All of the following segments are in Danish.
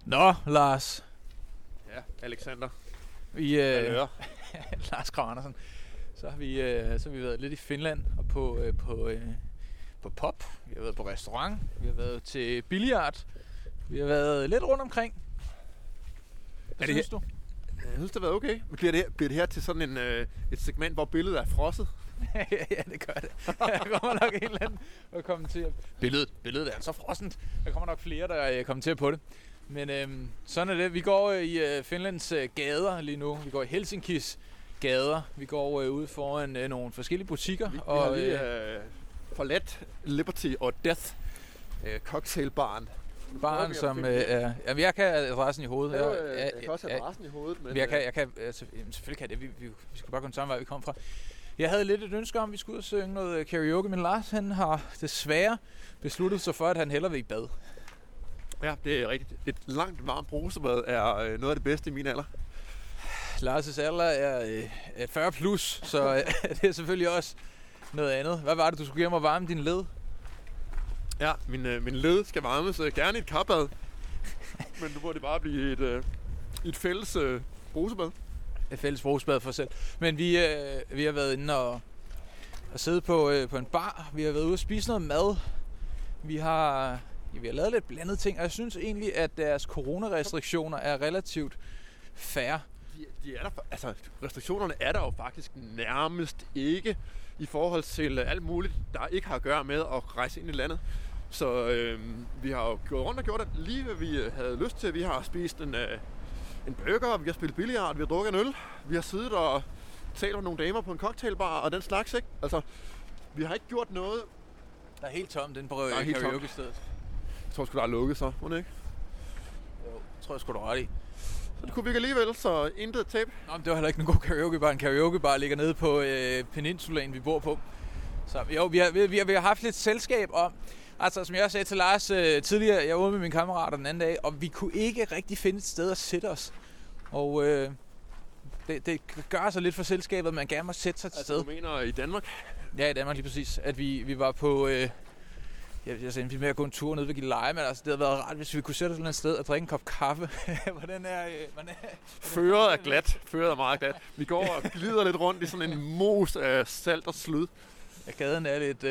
Nå, Lars. Ja, Alexander. Vi, Lars Krag Andersen. Så har vi været lidt i Finland og på pop. Vi har været på restaurant. Vi har været til billiard. Vi har været lidt rundt omkring. Hvad synes du? Jeg synes, det har været okay. Bliver det her til sådan et segment, hvor billedet er frosset? Ja, det gør det. Der kommer nok en eller anden at kommentere. Billedet er så frossent. Der kommer nok flere, der kommenterer på det. Men sådan er det. Vi går i Finlands gader lige nu. Vi går i Helsinkis gader. Vi går ude foran nogle forskellige butikker. Vi har lige forladt Liberty og Death cocktailbaren. Baren, som er... Jamen, jeg kan adressen i hovedet. Jeg kan også have adressen i hovedet. Men selvfølgelig kan det. Vi skal bare gå den samme vej, vi kom fra. Jeg havde lidt et ønske om, at vi skulle ud og synge noget karaoke, men Lars han har desværre besluttet sig for, at han hellere vil i bad. Ja, det er rigtigt. Et langt varmt brusebad er noget af det bedste i min alder. Lars' alder er 40 plus, så det er selvfølgelig også noget andet. Hvad var det, du skulle hjem og varme din led? Ja, min led skal varmes gerne i et kapbad. Men nu må det bare blive et fælles brusebad. Et fælles brusebad for selv. Men vi har været inde og sidde på en bar. Vi har været ude og spise noget mad. Vi har lavet lidt blandede ting, og jeg synes egentlig, at deres coronarestriktioner er relativt fair. De er der, altså, restriktionerne er der jo faktisk nærmest ikke i forhold til alt muligt, der ikke har at gøre med at rejse ind i landet. Så vi har jo gået rundt og gjort det lige, hvad vi havde lyst til. Vi har spist en burger, vi har spillet billiard, vi har drukket en øl. Vi har siddet og talt med nogle damer på en cocktailbar og den slags, ikke? Altså, vi har ikke gjort noget. Der er helt tomt den på karaoke-stedet. Jeg tror sgu, der er lukket så, må det ikke? Jo, tror jeg sgu, du er ret i. Så det kunne vi ikke alligevel, så intet tab. Nå, men det var heller ikke en god karaokebar. En karaokebar ligger nede på peninsulaen, vi bor på. Så jo, vi har haft lidt selskab om. Altså, som jeg sagde til Lars tidligere, jeg var ude med mine kammerater den anden dag, og vi kunne ikke rigtig finde et sted at sætte os. Og det gør så lidt for selskabet, at man gerne må sætte sig et sted. Du mener i Danmark? Ja, i Danmark lige præcis. At vi var på... Jeg sagde, vi med at gå en tur ned ved Gilleleje, men altså, det havde været rart, hvis vi kunne sætte os et eller andet sted og drikke en kop kaffe. Hvordan er... Føret er glat. Føret er meget glat. Vi går og glider lidt rundt i sådan en mos af salt og slud. Ja, gaden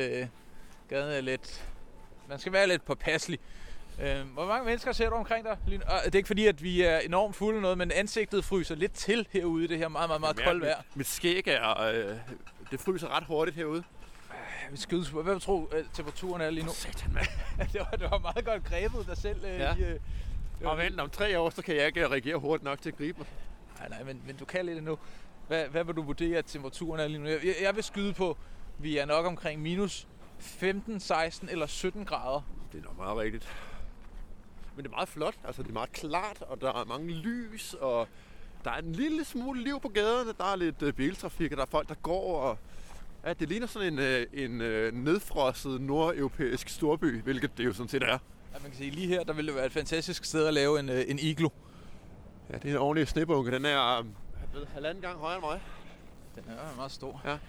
er lidt... Man skal være lidt påpasselig. Hvor mange mennesker ser du omkring dig? Det er ikke fordi, at vi er enormt fulde eller noget, men ansigtet fryser lidt til herude i det her meget, meget, meget kolde vejr. Mit skæg er... det fryser ret hurtigt herude. Hvad vil du tro, temperaturen er lige nu? Satan, mand. det var meget godt grebet dig selv. Ja. Og vent, om 3 år, så kan jeg ikke reagere hurtigt nok til at gribe mig. Nej, men du kan lidt endnu. Hvad vil du vurdere, at temperaturen er lige nu? Jeg vil skyde på, vi er nok omkring minus 15, 16 eller 17 grader. Det er nok meget rigtigt. Men det er meget flot. Altså, det er meget klart, og der er mange lys, og der er en lille smule liv på gaderne. Der er lidt biltrafik, og der er folk, der går, og ja, det ligner sådan en nedfrosset nordeuropæisk storby, hvilket det jo sådan set er. Ja, man kan sige, lige her, der ville det være et fantastisk sted at lave en iglo. Ja, det er en ordentlig snebunke. Den er 1,5 gang højere end mig. Den er meget stor. Ja.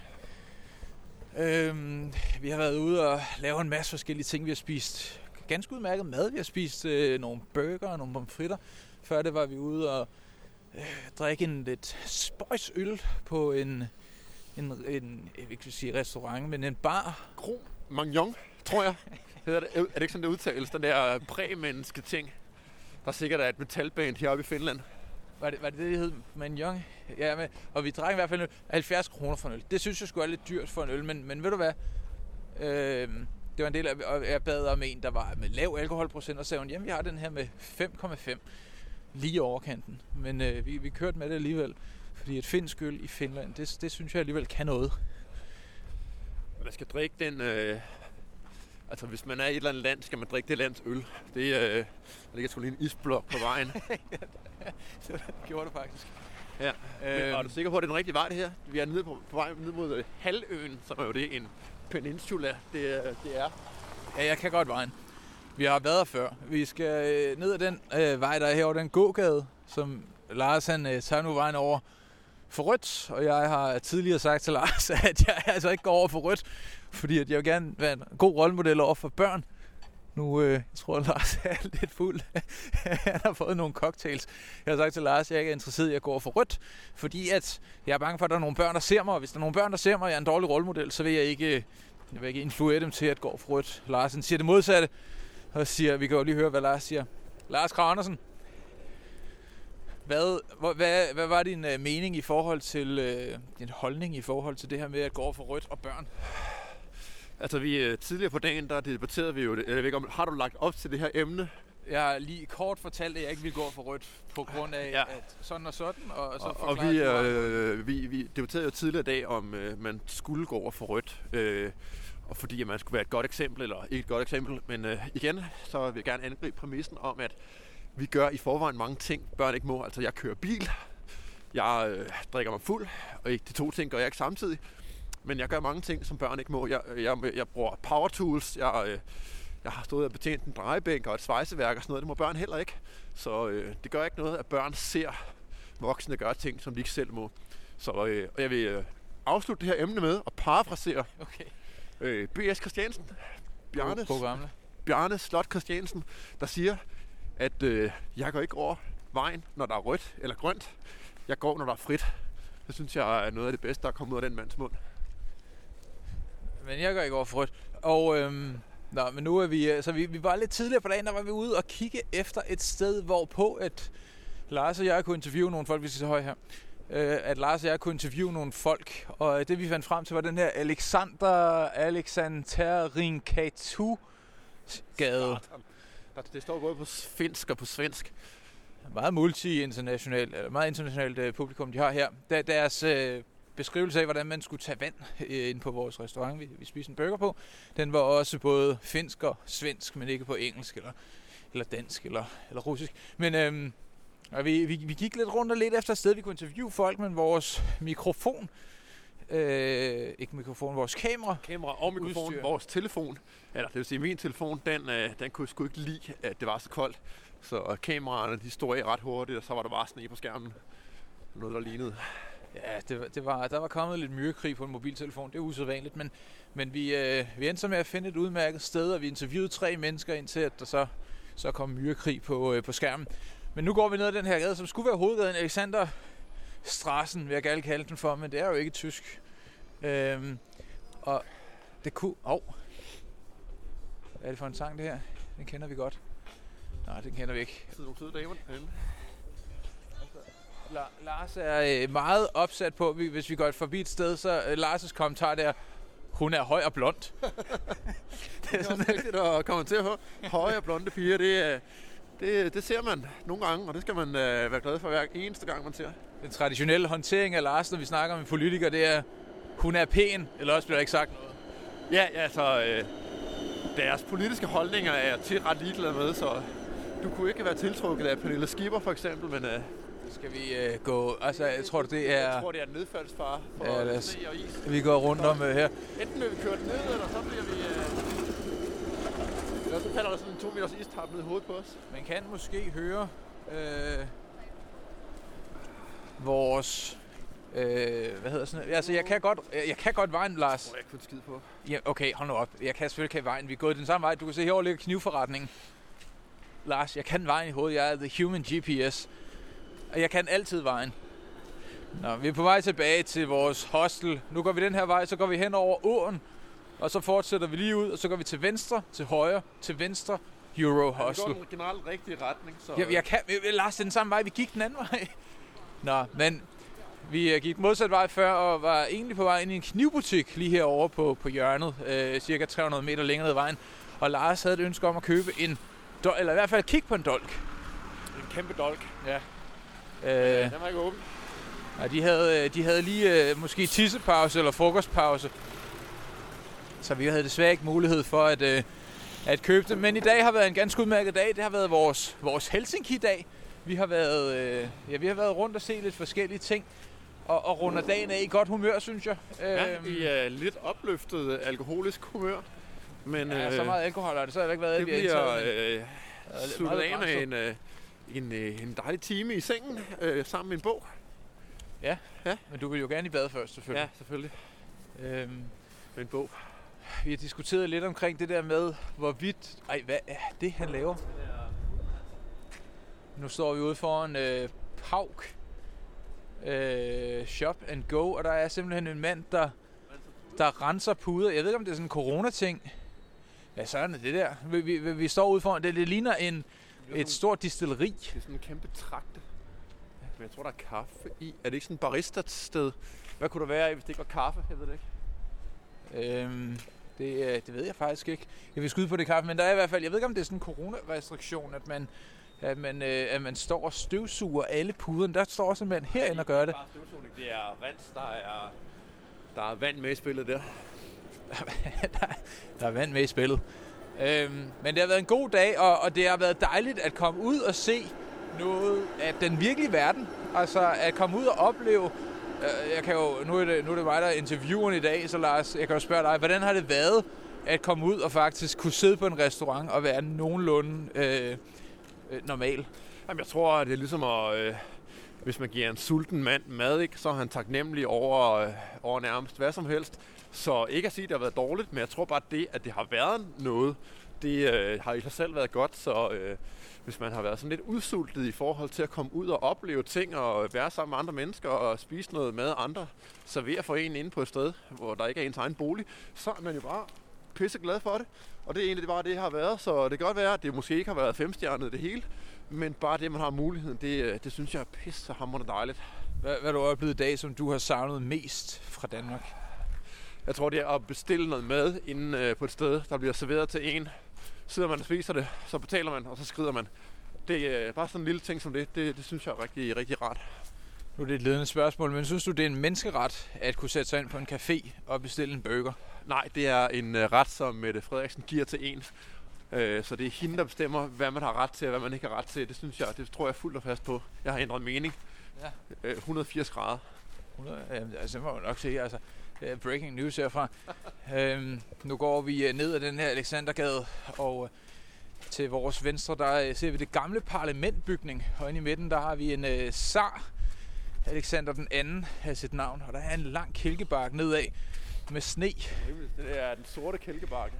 Vi har været ude og lave en masse forskellige ting. Vi har spist ganske udmærket mad. Vi har spist nogle burger og nogle pomfritter. Før det var vi ude og drikke en lidt spøjs øl på en jeg vil ikke sige restaurant, men en bar. Gro Magnon, tror jeg. Er det ikke sådan, det udtales? Den der præmenneske ting. Der sikkert er et metalband heroppe i Finland. Var det hed Magnon? Ja, og vi drak i hvert fald 70 kroner for en øl. Det synes jeg skulle er lidt dyrt for en øl, men ved du hvad? Det var en del af, og jeg bad om en, der var med lav alkoholprocent, og sagde, jamen vi har den her med 5,5 lige overkanten. Men vi kørte med det alligevel. Fordi et finsk øl i Finland, det synes jeg alligevel kan noget. Man skal drikke den... altså, hvis man er i et eller andet land, skal man drikke det lands øl. Der ligger sgu lige en isblok på vejen. Det gjorde det faktisk. Ja. Men er du sikker på, at det er den rigtige vej, det her? Vi er nede på vej ned mod halvøen, som er jo det en peninsula. Det er. Ja, jeg kan godt vejen. Vi har været der før. Vi skal ned ad den vej, der er herovre, den gågade, som Lars han tager nu vejen over for rødt, og jeg har tidligere sagt til Lars, at jeg altså ikke går over for rødt, fordi at jeg vil gerne være en god rollemodel over for børn. Jeg tror, at Lars er lidt fuld. Han har fået nogle cocktails. Jeg har sagt til Lars, at jeg ikke er interesseret i at gå for rødt, fordi at jeg er bange for, at der er nogle børn, der ser mig. Og hvis der er nogle børn, der ser mig, og jeg er en dårlig rollemodel, så vil jeg ikke influere dem til at gå for rødt. Larsen siger det modsatte, og siger, vi kan jo lige høre, hvad Lars siger. Lars Krag Andersen, hvad var din mening i forhold til, din holdning i forhold til det her med at gå for rødt og børn? Altså tidligere på dagen, der debatterede vi jo det. Jeg ved ikke, har du lagt op til det her emne? Jeg har lige kort fortalt, at jeg ikke vil gå for rødt på grund af at sådan og sådan. Og vi debatterede jo tidligere i dag, om man skulle gå over for rødt. Og fordi at man skulle være et godt eksempel, eller ikke et godt eksempel. Men igen, så vil jeg gerne angribe præmissen om, at vi gør i forvejen mange ting, børn ikke må. Altså jeg kører bil, jeg drikker mig fuld, og de to ting gør jeg ikke samtidig. Men jeg gør mange ting, som børn ikke må. Jeg bruger power tools, jeg har stået og betjent en drejebænk og et svejseværk og sådan noget. Det må børn heller ikke. Så det gør ikke noget, at børn ser voksne gøre ting, som de ikke selv må. Så og jeg vil afslutte det her emne med at parafrasere B.S. Christiansen, Bjarne Slot Christiansen, der siger, at jeg går ikke over vejen, når der er rødt eller grønt. Jeg går, når der er frit. Det synes jeg er noget af det bedste, der er kommet ud af den mands mund. Men jeg går ikke over for rødt. Og men nu er vi var lidt tidligere på dagen, der var vi ude og kigge efter et sted, hvorpå at Lars og jeg kunne interviewe nogle folk, vi skal så høje her. At Lars og jeg kunne interviewe nogle folk, og det vi fandt frem til var den her Alexander Rinkatu gade. Det står både på finsk og på svensk. Meget internationalt publikum, de har her. Deres beskrivelse af, hvordan man skulle tage vand ind på vores restaurant, vi spiste en burger på, den var også både finsk og svensk, men ikke på engelsk eller dansk eller russisk. Men vi gik lidt rundt og lidt efter et sted, vi kunne interviewe folk, men vores mikrofon, vores kamera og mikrofon, vores telefon, eller det vil sige min telefon, den kunne sgu ikke lide, at det var så koldt. Så kameraerne, de stod af ret hurtigt, og så var der bare sne på skærmen. Noget, der lignede. Ja, der var kommet lidt myrekrig på en mobiltelefon. Det er usædvanligt, men vi endte så med at finde et udmærket sted, og vi interviewede 3 mennesker, indtil at der så kom myrekrig på skærmen. Men nu går vi ned ad den her gade, som skulle være hovedgaden Alexander Strassen, vil jeg gerne kalde den for, men det er jo ikke tysk. Og det kunne... hvad er det for en sang, det her? Den kender vi godt. Nej, den kender vi ikke. Sidder nogle søde damer derinde. Lars er meget opsat på, hvis vi går forbi et sted, så Lars' kommentar der, hun er høj og blond. Det er sådan rigtigt at kommentere på. Høje og blonde piger, det ser man nogle gange, og det skal man være glad for hver eneste gang, man ser. Den traditionelle håndtering af Lars, når vi snakker med politikere, det er, hun er pæn, eller også bliver der ikke sagt noget. Ja, altså, deres politiske holdninger er jeg tit ret ligeglad med, så du kunne ikke være tiltrukket af Pernille Skipper for eksempel, men... Skal vi gå... Altså, jeg tror, det er en nedfaldsfare for sne og is. Vi går rundt om her. Enten vil vi køre ned, eller så bliver vi... Eller så falder der sådan en 2 meters istap ned i hovedet på os. Man kan måske høre vores... hvad hedder sådan noget? Altså, jeg kan godt vejen, Lars. Jeg kunne skide på. Ja, okay, hold nu op. Jeg kan selvfølgelig vejen. Vi er gået den samme vej. Du kan se, herovre ligger knivforretningen. Lars, jeg kan vejen i hovedet. Jeg er the human GPS. Og jeg kan altid vejen. Nå, vi er på vej tilbage til vores hostel. Nu går vi den her vej, så går vi hen over åen. Og så fortsætter vi lige ud, og så går vi til venstre, til højre, til venstre. Euro Hostel. Vi går den generelt rigtige retning. Så... Lars, det er den samme vej. Vi gik den anden vej. Nå, men vi gik modsat vej før, og var egentlig på vej ind i en knivbutik lige herovre på hjørnet. Cirka 300 meter længere ned ad vejen. Og Lars havde et ønske om at købe en dolk, eller i hvert fald kigge på en dolk. En kæmpe dolk. Ja. Den var ikke åben. Ja, de havde lige måske tissepause eller frokostpause. Så vi havde desværre ikke mulighed for at købe det. Men i dag har været en ganske udmærket dag. Det har været vores Helsinki-dag. Vi har været rundt og se lidt forskellige ting. Og runder dagen af i godt humør, synes jeg. I lidt opløftet alkoholisk humør. Men, så meget alkohol har det så har det ikke været. Det bliver sluttet af med en dejlig time i sengen sammen med en bog. Ja, men du vil jo gerne i bad først, selvfølgelig. Ja, selvfølgelig. Med en bog. Vi har diskuteret lidt omkring det der med, hvorvidt... Ej, hvad er det, han laver? Nu står vi ude foran Pauk Shop and Go, og der er simpelthen en mand, der renser puder. Jeg ved ikke, om det er sådan en corona-ting. Ja, sådan er det der. Vi står ude foran. Det ligner et stort distilleri. Det er sådan en kæmpe tragte. Men jeg tror, der er kaffe i. Er det ikke sådan et barista-sted? Hvad kunne der være, hvis det ikke var kaffe? Jeg ved det ikke. Det ved jeg faktisk ikke. Jeg vil skyde på det kaffe, men der er i hvert fald... Jeg ved ikke, om det er sådan en corona-restriktion, at man står og støvsuger alle puderne. Der står også en mand herinde og gør det. Det er rens, der er vand med i spillet der. Der er vand med i spillet. Men det har været en god dag, og det har været dejligt at komme ud og se noget af den virkelige verden. Altså at komme ud og opleve... Jeg kan jo, nu er det mig, der er intervieweren i dag, så Lars, jeg kan jo spørge dig, hvordan har det været at komme ud og faktisk kunne sidde på en restaurant og være nogenlunde normal? Jamen, jeg tror, at det er ligesom at... Hvis man giver en sulten mand mad, ikke, så er han taknemmelig over nærmest hvad som helst. Så ikke at sige, at det har været dårligt, men jeg tror bare, at det har været noget, det har i sig selv været godt. Så hvis man har været sådan lidt udsultet i forhold til at komme ud og opleve ting og være sammen med andre mennesker og spise noget mad, andre serverer for en inde på et sted, hvor der ikke er ens egen bolig, så er man jo bare pisseglad for det. Og det er egentlig bare det, har været. Så det kan godt være, at det måske ikke har været 5-stjernet det hele, men bare det, man har muligheden, det synes jeg er pissehamrende dejligt. Hvad har du oplevet i dag, som du har savnet mest fra Danmark? Jeg tror, det er at bestille noget mad inde på et sted, der bliver serveret til en. Sidder man og spiser det, så betaler man, og så skrider man. Det er bare sådan en lille ting som det synes jeg er rigtig, rigtig rart. Nu er det et ledende spørgsmål, men synes du, det er en menneskeret at kunne sætte sig ind på en café og bestille en burger? Nej, det er en ret, som Mette Frederiksen giver til en. Så det er hende, der bestemmer, hvad man har ret til og hvad man ikke har ret til. Det synes jeg, det tror jeg fuldt og fast på. Jeg har ændret mening. Ja. 180 grader. Altså, det må man nok se. Altså, breaking news herfra. Nu går vi ned ad den her Alexandergade, og til vores venstre, der ser vi det gamle parlamentbygning. Og inde i midten, der har vi en zar, Alexander den anden, af sit navn. Og der er en lang kælkebakke nedad med sne. Det er den sorte kælkebakke.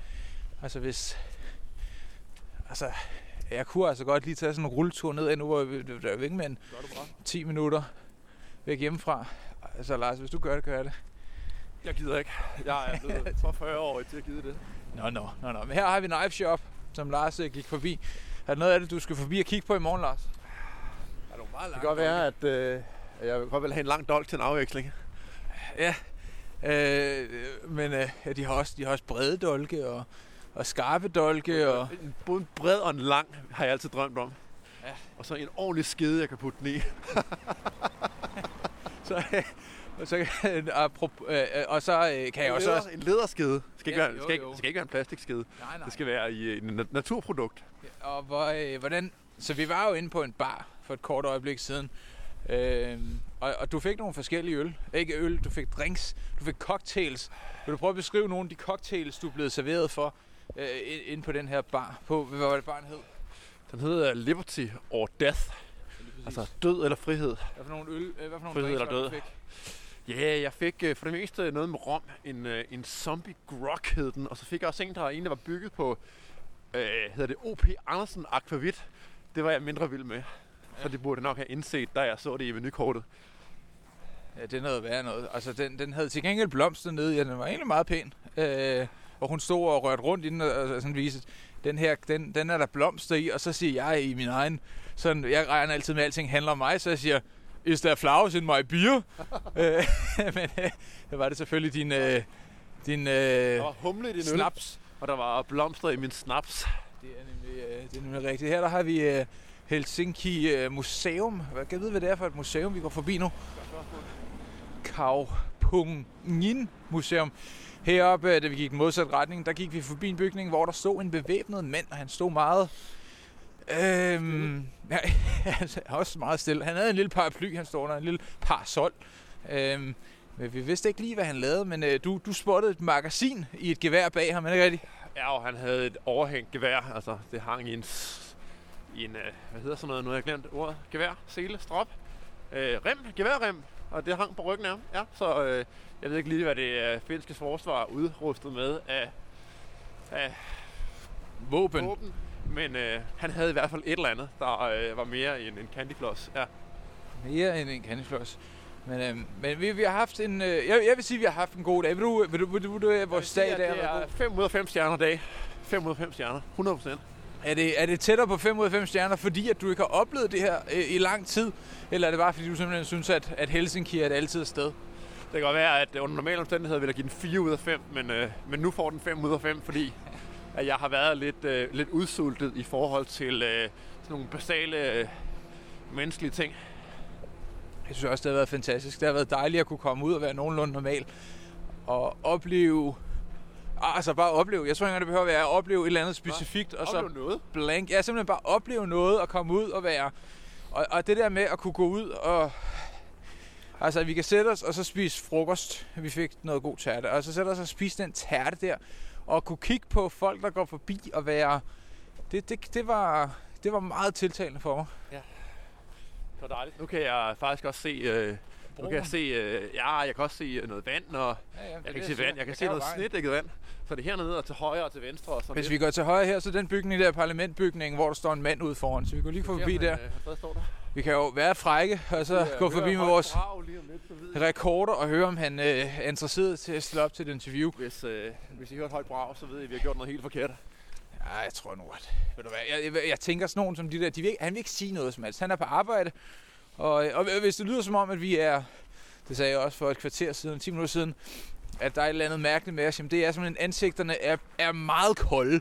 Jeg kunne altså godt lige tage sådan en rulletur nedad nu, hvor vi er væk med en 10 minutter væk hjemmefra. Altså Lars, hvis du gør det. Jeg gider ikke. Jeg er blevet for 40 år til at gide det. Nå. Men her har vi en knife shop, som Lars gik forbi. Er der noget af det, du skal forbi og kigge på i morgen, Lars? Det kan godt være, at jeg vil godt have en lang dolk til en afveksling. Ja, men de har også brede dolke og skarpe dolke. Og både en bred og en lang har jeg altid drømt om. Ja. Og så en ordentlig skede, jeg kan putte den i. Kan jeg også... En læderskede. Det skal ikke være en plastikskede. Nej. Det skal være i en naturprodukt. Og hvordan... Så vi var jo inde på en bar for et kort øjeblik siden. Og du fik nogle forskellige øl. Ikke øl, du fik drinks, du fik cocktails. Vil du prøve at beskrive nogle af de cocktails, du er blevet serveret for inde på den her bar? Hvad var det baren hed? Den hedder Liberty or Death. Altså død eller frihed. Hvad for nogle øl? Hvad for nogle frihed drinks, eller død. du fik? Ja, jeg fik for det meste noget med rom. En zombie grog hed den. Og så fik jeg også en, der var bygget på, hedder det O.P. Andersen Aquavit. Det var jeg mindre vild med. Så det burde nok have indset, da jeg så det i menukortet. Ja, det er noget værre noget. Altså, den havde til gengæld blomster nede. Ja, den var egentlig meget pæn. Og hun stod og rørte rundt inden og sådan viste, den her, den er der blomster i. Og så siger jeg i min egen, sådan, jeg regner altid med, at alting handler om mig, så jeg siger, is there flowers in my beer? Men det var det selvfølgelig din der var humle i din snaps. Øl, og der var blomster i min snaps. Det er nemlig rigtigt. Her der har vi Helsinki Museum. Kan jeg vide, hvad det er for et museum, vi går forbi nu? Kaupungin Museum. Heroppe, da vi gik den modsatte retning, der gik vi forbi en bygning, hvor der stod en bevæbnet mand, og han stod meget... også meget stille. Han havde en lille paraply, han stod under en lille parasol. Men vi vidste ikke lige, hvad han lavede, men du spottede et magasin i et gevær bag ham, er det ikke rigtigt? Ja, og han havde et overhængt gevær, altså det hang i en hvad hedder sådan noget, nu har jeg glemt ordet, gevær, sele, strop, rem, geværrem, og det hang på ryggen af ham. Ja, så jeg ved ikke lige, hvad det finske forsvar er udrustet med af Våben. Men han havde i hvert fald et eller andet, der var mere end en candyfloss. Ja. Mere end en candyfloss. Men vi har haft en... jeg vil sige, at vi har haft en god dag. Vil du vores dag i dag? Det er 5 ud af 5 stjerner dag. 5 ud af 5 stjerner. 100%. Er det tættere på 5 ud af 5 stjerner, fordi at du ikke har oplevet det her i lang tid? Eller er det bare, fordi du simpelthen synes, at Helsinki er et altid sted? Det kan godt være, at under normale omstændigheder vil jeg give den 4 ud af 5, men nu får den 5 ud af 5, fordi at jeg har været lidt udsultet i forhold til sådan nogle basale menneskelige ting. Jeg synes også, det har været fantastisk. Det har været dejligt at kunne komme ud og være nogenlunde normal. Og opleve... Altså bare opleve. Jeg tror ikke, det behøver at være at opleve et eller andet specifikt. Og så noget? Blank. Ja, simpelthen bare opleve noget og komme ud og være... Og det der med at kunne gå ud og... Altså, vi kan sætte os og så spise frokost. Vi fik noget god tærte. Og så sætte os og spise den tærte der. Og kunne kigge på folk, der går forbi og være... Det var meget tiltalende for mig. Ja. Det var dejligt. Nu kan jeg faktisk også se... jeg kan også se noget vand, og jeg kan ikke se vand. Jeg kan se noget snedækket vand. Så det er hernede og til højre og til venstre. Og hvis vi går til højre her, så den bygning der, parlamentbygningen, hvor der står en mand ude foran. Så vi går lige forbi der. Hvad står der? Vi kan jo være frække, og så gå forbi med vores rekorder og høre, om han er interesseret til at slå op til et interview. Hvis I hører et højt brag, så ved I, at vi har gjort noget helt forkert. Ja, jeg tror nu, at... Ved du hvad, jeg tænker sådan nogen som de der, han vil ikke sige noget som helst. Han er på arbejde, og hvis det lyder som om, at vi er... Det sagde jeg også for et kvarter siden, 10 minutter siden, at der er et eller andet mærkeligt med os. Jamen, det er simpelthen, ansigterne er meget kolde.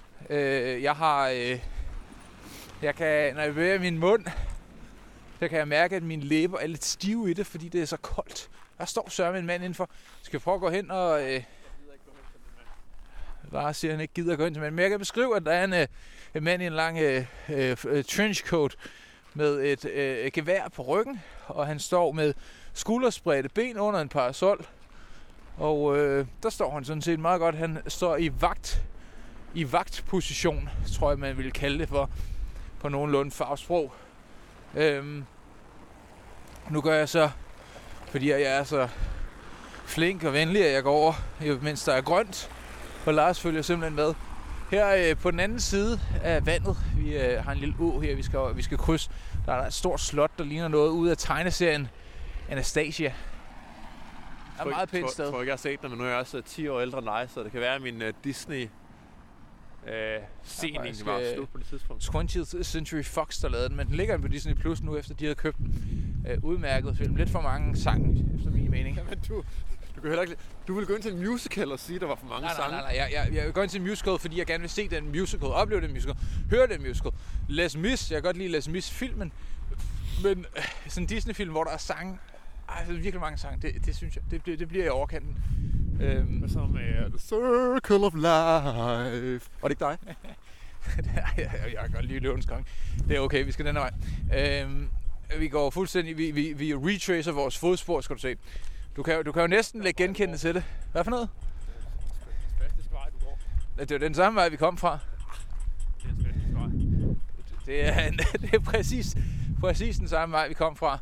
Jeg kan, når jeg bevæger min mund, så kan jeg mærke, at mine læber er lidt stive i det, fordi det er så koldt. Der står sørme en mand indenfor. Skal jeg prøve at gå hen og... Lars siger, han ikke gider at gå hen til manden. Men jeg kan beskrive, at der er en mand i en lang trenchcoat med et gevær på ryggen, og han står med skulderspredte ben under en parasol. Og der står han sådan set meget godt. Han står i vagtposition, tror jeg, man ville kalde det for, på nogenlunde fagsprog. Nu gør jeg så, fordi jeg er så flink og venlig, at jeg går over, mens der er grønt, og Lars følger simpelthen med. Her på den anden side af vandet, vi har en lille å her, vi skal krydse. Der er et stort slot, der ligner noget ud af tegneserien Anastasia. Det er et meget pænt sted. Jeg tror ikke, jeg har set det, men nu er jeg også 10 år ældre end dig, så det kan være, at min Disney scene egentlig var slut på det tidspunkt. 20th Century Fox, der lavede den, men den ligger på Disney Plus nu, efter de havde købt den. Udmærket film. Lidt for mange sange, efter min mening. Jamen, du kan heller ikke... Du vil gå ind til en musical og sige, at der var for mange sange. Nej. Jeg vil gå ind til en musical, fordi jeg gerne vil se den musical, opleve den musical, høre den musical. Les Mis, jeg kan godt lide Les Mis-filmen, men sådan en Disney-film, hvor der er sange, der er virkelig mange sange, det synes jeg, det bliver i overkanten. Hvad så med The Circle of Life? Var det ikke dig? Jeg kan godt lide Løvens Konge. Det er okay, vi skal den her vej. Vi går fuldstændig, vi retracer vores fodspor, skal du se. Du kan jo næsten lægge genkendelse til det. Hvad for noget? Det er den vej, du går. Det er den samme vej, vi kom fra. Det er præcis den samme vej, vi kom fra.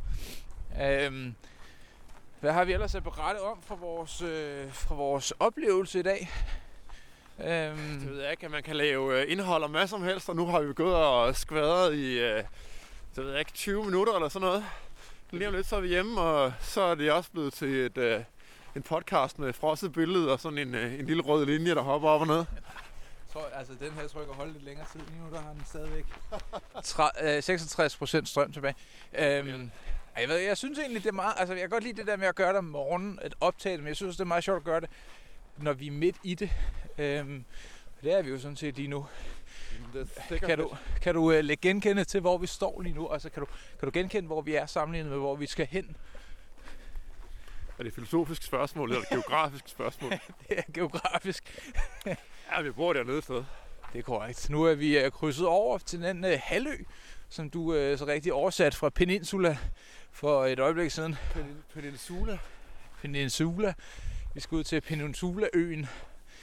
Hvad har vi ellers at berette om fra vores oplevelse i dag? Det ved jeg ikke, at man kan lave indhold om hvad som helst, og nu har vi gået og skvadret i, det ved jeg ikke, 20 minutter eller sådan noget. Lige om lidt, så er vi hjemme, og så er det også blevet til en podcast med frosset billede og sådan en lille rød linje, der hopper op og ned. Altså, den her tror jeg kan holde lidt længere tid. Lige nu der har den stadigvæk 66% strøm tilbage. Jeg synes egentlig, det er meget... Altså, jeg kan godt lide det der med at gøre det om morgenen, at optage det, men jeg synes, det er meget sjovt at gøre det, når vi er midt i det. Det er vi jo sådan set lige nu. Kan du lægge genkende til, hvor vi står lige nu? Altså, kan du genkende, hvor vi er sammenlignet med, hvor vi skal hen? Er det et filosofisk spørgsmål, eller et geografisk spørgsmål? Det er geografisk. Ja, vi bor dernede et sted. Det er korrekt. Nu er vi krydset over til den halvø, som du så rigtig oversat fra Peninsula for et øjeblik siden. Peninsula. Vi skal ud til Peninsulaøen.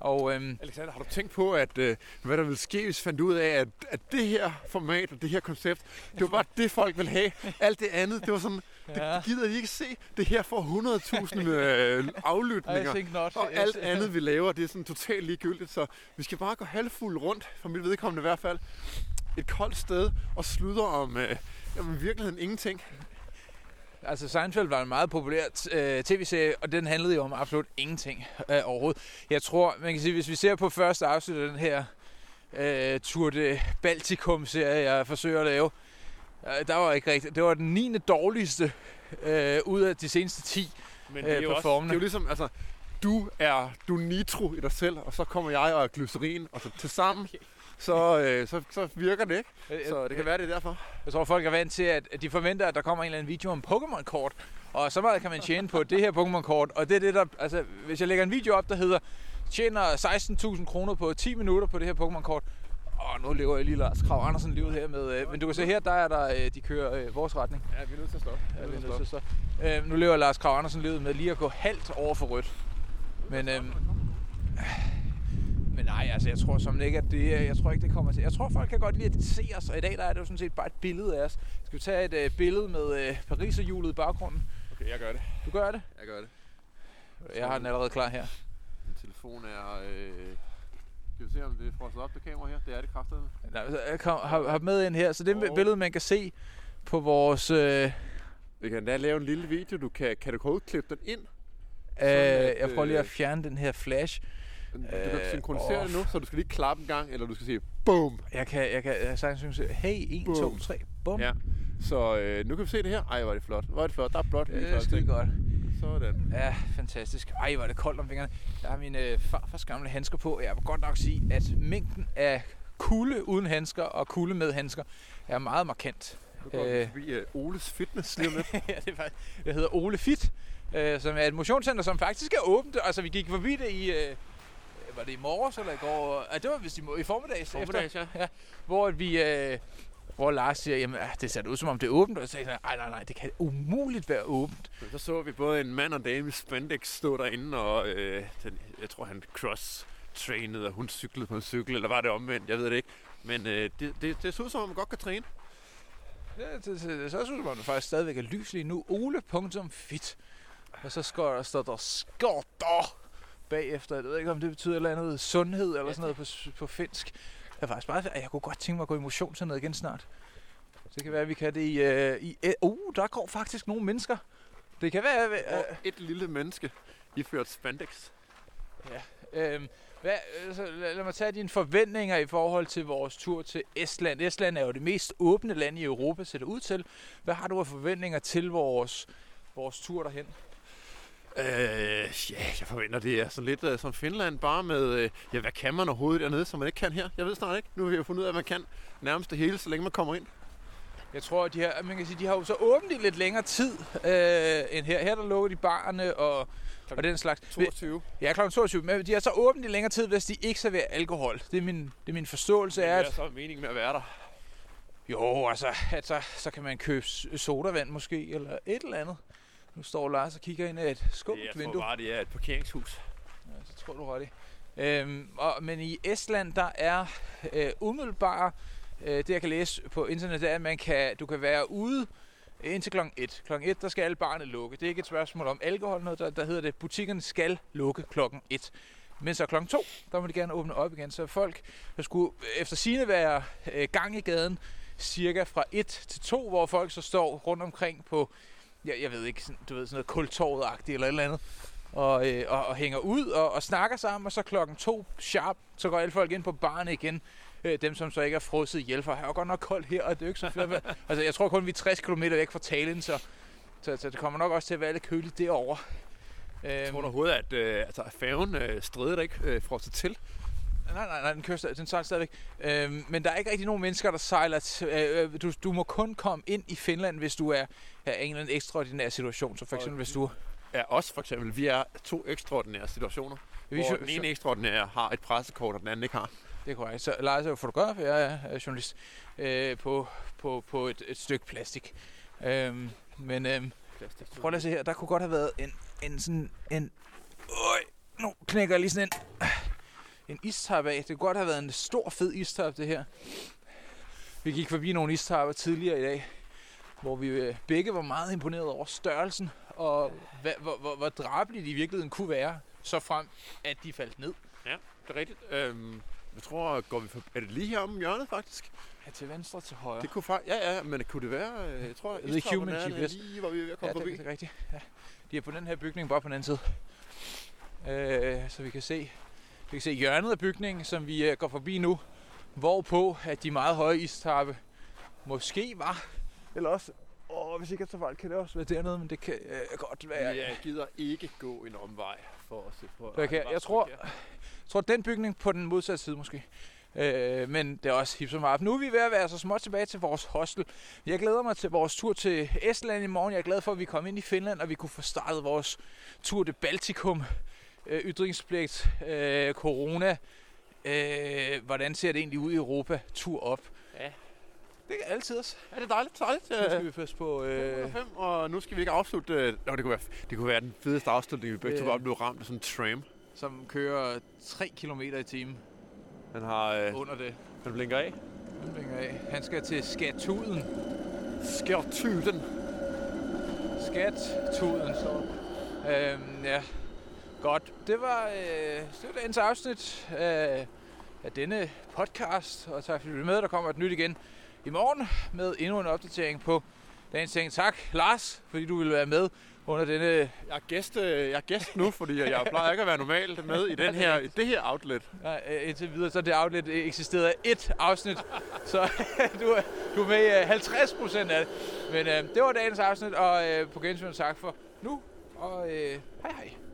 Og, Alexander, har du tænkt på, at hvad der ville ske, hvis vi fandt ud af, at det her format og det her koncept, det var bare det, folk ville have. Alt det andet, det var sådan, det gider de ikke se. Det her får 100.000 aflytninger, og alt andet, vi laver, det er sådan totalt ligegyldigt. Så vi skal bare gå halvfuld rundt, for mit vedkommende i hvert fald, et koldt sted og sludre om i virkeligheden ingenting. Altså Seinfeld var en meget populær tv-serie, og den handlede jo om absolut ingenting overhovedet. Jeg tror, man kan sige, hvis vi ser på første afsnit af den her Tour de Baltikum-serie, jeg forsøger at lave, der var ikke rigtigt. Det var den 9. dårligste ud af de seneste 10 Men det er jo også, det er jo ligesom, altså, du er nitro i dig selv, og så kommer jeg og er glycerin, og så til sammen, så virker det ikke. Så det kan være, det er derfor. Jeg tror, folk er vant til, at de forventer, at der kommer en eller anden video om Pokémon-kort, og så meget kan man tjene på det her Pokémon-kort, og det er det, der, altså, hvis jeg lægger en video op, der hedder, tjener 16.000 kroner på 10 minutter på det her Pokémon-kort, og nu lever jeg lige Lars Krag Andersen livet her med, men du kan se her, der er der, de kører vores retning. Ja, vi er nødt til at stoppe. Ja, vi er nødt til at stoppe. Nu lever Lars Krag Andersen livet med lige at gå halvt over for rødt. Men nej, altså jeg tror som ikke, at jeg tror ikke, det kommer til. Jeg tror, folk kan godt lide at se os, og i dag der er det jo sådan set bare et billede af os. Skal vi tage et billede med Pariserhjulet i baggrunden? Okay, jeg gør det. Du gør det? Jeg gør det. Jeg har den allerede klar her. Min telefon er... Skal vi se, om det er frosset op, det kamera her? Det er det kraftedeme. Jeg har med ind her, så det er billede, man kan se på vores... Vi kan da lave en lille video. Kan du klippe den ind? Jeg prøver lige at fjerne den her flash. Du kan synkronisere det nu, så du skal lige klappe en gang, eller du skal sige BOOM! Jeg kan sagtens sige, hey, 1, 2, 3, BOOM! Ja. Så nu kan vi se det her. Ej, hvor er det flot. Hvor er det flot. Der er blot. Det er skide godt. Sådan. Ja, fantastisk. Ej, hvor er det koldt om fingrene. Jeg har mine farfars gamle handsker på. Jeg vil godt nok sige, at mængden af kulde uden handsker og kulde med handsker er meget markant. Nu går vi forbi Oles Fitness lige med. Ja, det hedder Ole Fit, som er et motionscenter, som faktisk er åbent. Altså, vi gik forbi det i... var det i morges eller i går? Det var vist i formiddags efter. Ja. Hvor Lars siger, jamen det ser ud som om det er åbent, og jeg sagde, nej, det kan umuligt være åbent. Så vi både en mand og dame i spandex stå derinde, og jeg tror han cross-trainede, og hun cyklede på en cykel, eller var det omvendt, jeg ved det ikke. Men det så ud som om man godt kan træne. Ja, det så ud som om det faktisk stadigvæk er lys lige nu. Ole.fit. Og så står der skorter bagefter. Jeg ved ikke, om det betyder et eller andet sundhed eller sådan noget på finsk. Jeg faktisk bare, jeg kunne godt tænke mig at gå i motionscenteret igen snart. Det kan være, at vi kan det der går faktisk nogle mennesker. Det kan være... et lille menneske iført spandex. Ja. Lad mig tage dine forventninger i forhold til vores tur til Estland. Estland er jo det mest åbne land i Europa, ser det ud til. Hvad har du af forventninger til vores tur derhen? Jeg forventer, det er sådan lidt som Finland, bare med, hvad kan man overhovedet dernede, som man ikke kan her? Jeg ved snart ikke. Nu har vi jo fundet ud af, at man kan nærmest det hele, så længe man kommer ind. Jeg tror, at de har jo så åbent i lidt længere tid end her. Her der lukker de barerne og den slags. 22. Ja, kl. 22. Men de har så åbent i længere tid, hvis de ikke serverer alkohol. Det er min forståelse. Det er så meningen med at være der. Jo, altså så kan man købe sodavand måske, eller et eller andet. Nu står Lars og kigger ind af et skummelt vindue. Jeg tror bare, det er et parkeringshus. Ja, så tror du ret i. Men i Estland, der er umiddelbart, det jeg kan læse på internettet, er, at du kan være ude indtil kl. 1. Kl. 1, der skal alle barne lukke. Det er ikke et spørgsmål om alkohol, noget, der hedder det, butikkerne skal lukke kl. 1. Men så kl. 2, der må de gerne åbne op igen. Så folk, der skulle efter sigende være gang i gaden, cirka fra 1 til 2, hvor folk så står rundt omkring på, jeg ved ikke, du ved, sådan noget kultorvet-agtigt eller et eller andet, og hænger ud og snakker sammen, og så klokken 2 sharp, så går alle folk ind på barne igen. Dem, som så ikke er frosset ihjel, for her er godt nok koldt her, og det er jo ikke så fedt. Altså, jeg tror kun, vi er 60 km væk fra Tallinn, så det kommer nok også til at være lidt køligt derovre. Jeg tror du overhovedet, at færgen strider ikke frosset til? Nej, den sejler stadigvæk. Men der er ikke rigtig nogen mennesker, der sejler. Du må kun komme ind i Finland, hvis du er i en eller anden ekstraordinær situation. Så for eksempel, hvis du... Ja, os for eksempel. Vi er 2 ekstraordinære situationer, hvor den ene ekstraordinære har et pressekort, og den anden ikke har. Det er korrekt. Så Lars er jo fotograf, jeg er journalist på et stykke plastik. Prøv at se her. Der kunne godt have været en sådan en... nu knækker jeg lige sådan en... en istappe af. Det kunne godt have været en stor, fed istappe, det her. Vi gik forbi nogle istapper tidligere i dag, hvor vi begge var meget imponeret over størrelsen, og hvor drabeligt de i virkeligheden kunne være, så frem, at de faldt ned. Ja, det er rigtigt. Jeg tror, er det lige her om hjørnet, faktisk? Ja, til venstre, til højre. Det kunne faktisk, ja, men kunne det være, jeg tror, Human GPS. Lige, hvor vi er ved at komme forbi. Det er rigtigt. Ja. De er på den her bygning, bare på den anden side. Så vi kan se hjørnet af bygningen, som vi går forbi nu, hvorpå at de meget høje istappe måske var, eller også, hvis ikke jeg tager fejl, kan det også være dernede, men det kan godt være. Jeg gider ikke gå en omvej for at se på. Jeg tror, den bygning på den modsatte side måske. Men det er også hip som Nu er vi ved at være så småt tilbage til vores hostel. Jeg glæder mig til vores tur til Estland i morgen. Jeg er glad for, at vi kom ind i Finland, og vi kunne få startet vores tur til Baltikum. Ytringspligt, corona. Hvordan ser det egentlig ud i Europa? Tur op. Ja. Det er altid også. Ja, det er dejligt. Nu skal vi først på... 5, og nu skal vi ikke afslutte... det kunne være den fedeste afslutning, vi begge to bare blev ramt af sådan en tram. Som kører 3 km i timen. Han har... under det. Han blinker af. Han skal til Skatuden. Skatuden, så. Ja. Godt. Det var dagens afsnit af denne podcast. Og tak fordi du er med. Der kommer et nyt igen i morgen med endnu en opdatering på dagens ting. Tak, Lars, fordi du ville være med under denne... Jeg er gæst nu, fordi jeg plejer ikke at være normalt med i det her outlet. Ja, indtil videre, så det outlet eksisterede 1 afsnit, så du er med i 50% af det. Men det var dagens afsnit, og på gensyn tak for nu, og hej hej.